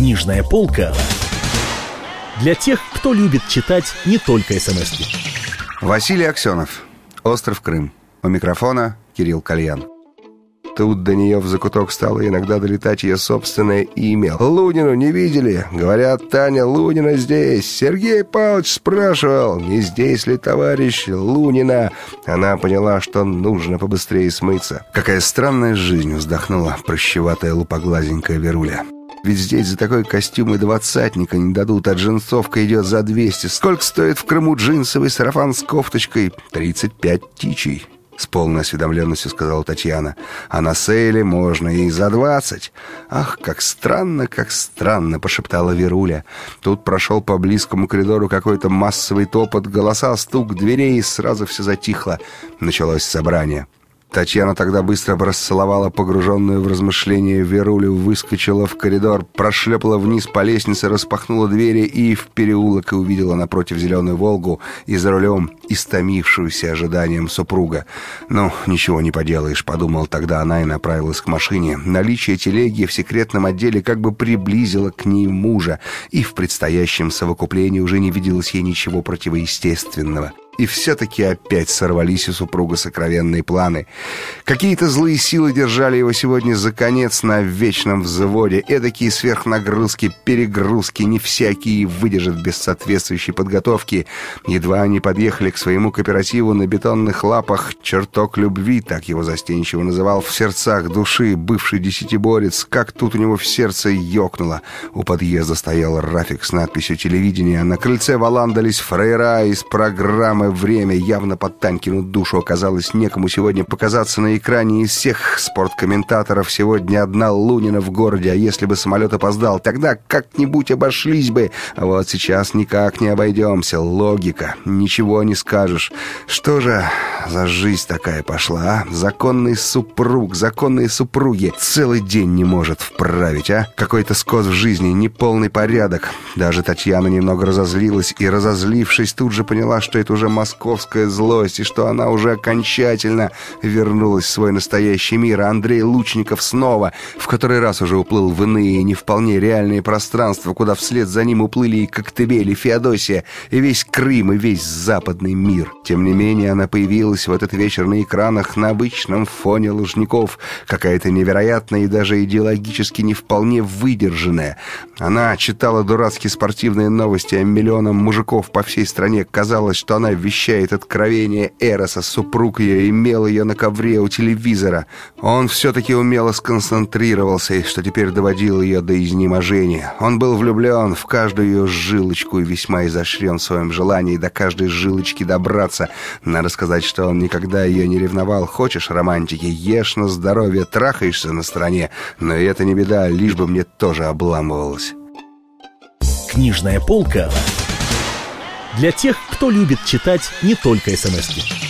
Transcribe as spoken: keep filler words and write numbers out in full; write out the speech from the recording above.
Книжная полка для тех, кто любит читать не только смс-ки. Василий Аксенов. Остров Крым. У микрофона Кирилл Кальян. Тут до нее в закуток стало иногда долетать ее собственное имя. «Лунину не видели? Говорят, Таня Лунина здесь. Сергей Павлович спрашивал, не здесь ли товарищ Лунина?» Она поняла, что нужно побыстрее смыться. Какая странная жизнь, вздохнула прыщеватая лупоглазенькая Веруля. Ведь здесь за такой костюм и двадцатника не дадут, а джинсовка идет за двести. Сколько стоит в Крыму джинсовый сарафан с кофточкой? Тридцать пять тичей. С полной осведомленностью сказала Татьяна. А на сейле можно и за двадцать. Ах, как странно, как странно, пошептала Веруля. Тут прошел по близкому коридору какой-то массовый топот, голоса, стук дверей, и сразу все затихло. Началось собрание. Татьяна тогда быстро расцеловала погруженную в размышления Верулю, выскочила в коридор, прошлепала вниз по лестнице, распахнула двери и в переулок и увидела напротив зеленую «Волгу» и за рулем истомившуюся ожиданием супруга. «Ну, ничего не поделаешь», — подумала тогда она и направилась к машине. Наличие телеги в секретном отделе как бы приблизило к ней мужа, и в предстоящем совокуплении уже не виделось ей ничего противоестественного. И все-таки опять сорвались у супруга сокровенные планы. Какие-то злые силы держали его сегодня за конец на вечном взводе. Эдакие сверхнагрузки, перегрузки не всякие выдержат без соответствующей подготовки. Едва они подъехали к своему кооперативу на бетонных лапах, чертог любви, так его застенчиво называл в сердцах души бывший десятиборец, как тут у него в сердце ёкнуло. У подъезда стоял Рафик с надписью «Телевидение», а на крыльце валандались фраера из программы «Время». Явно под Танькину душу оказалось некому сегодня показаться на экране. Из всех спорткомментаторов сегодня одна Лунина в городе. А если бы самолет опоздал, тогда как-нибудь обошлись бы. А вот сейчас никак не обойдемся. Логика. Ничего не скажешь. Что же за жизнь такая пошла, а? Законный супруг, законные супруги целый день не может вправить, а? Какой-то скос в жизни, неполный порядок. Даже Татьяна немного разозлилась и, разозлившись, тут же поняла, что это уже московская злость, и что она уже окончательно вернулась в свой настоящий мир. А Андрей Лучников снова, в который раз уже уплыл в иные, не вполне реальные пространства, куда вслед за ним уплыли и Коктебель, и Феодосия, и весь Крым, и весь западный мир. Тем не менее, она появилась в этот вечер на экранах на обычном фоне Лужников, какая-то невероятная и даже идеологически не вполне выдержанная. Она читала дурацкие спортивные новости о миллионах мужиков по всей стране. Казалось, что она вещает откровение Эроса. Супруг ее имел ее на ковре у телевизора. Он все-таки умело сконцентрировался, и что теперь доводило ее до изнеможения. Он был влюблен в каждую ее жилочку и весьма изощрен в своем желании до каждой жилочки добраться. Надо сказать, что он никогда ее не ревновал. Хочешь романтики, ешь на здоровье, трахаешься на стороне. Но и это не беда, лишь бы мне тоже обламывалось. Книжная полка для тех, кто любит читать не только смс-ки.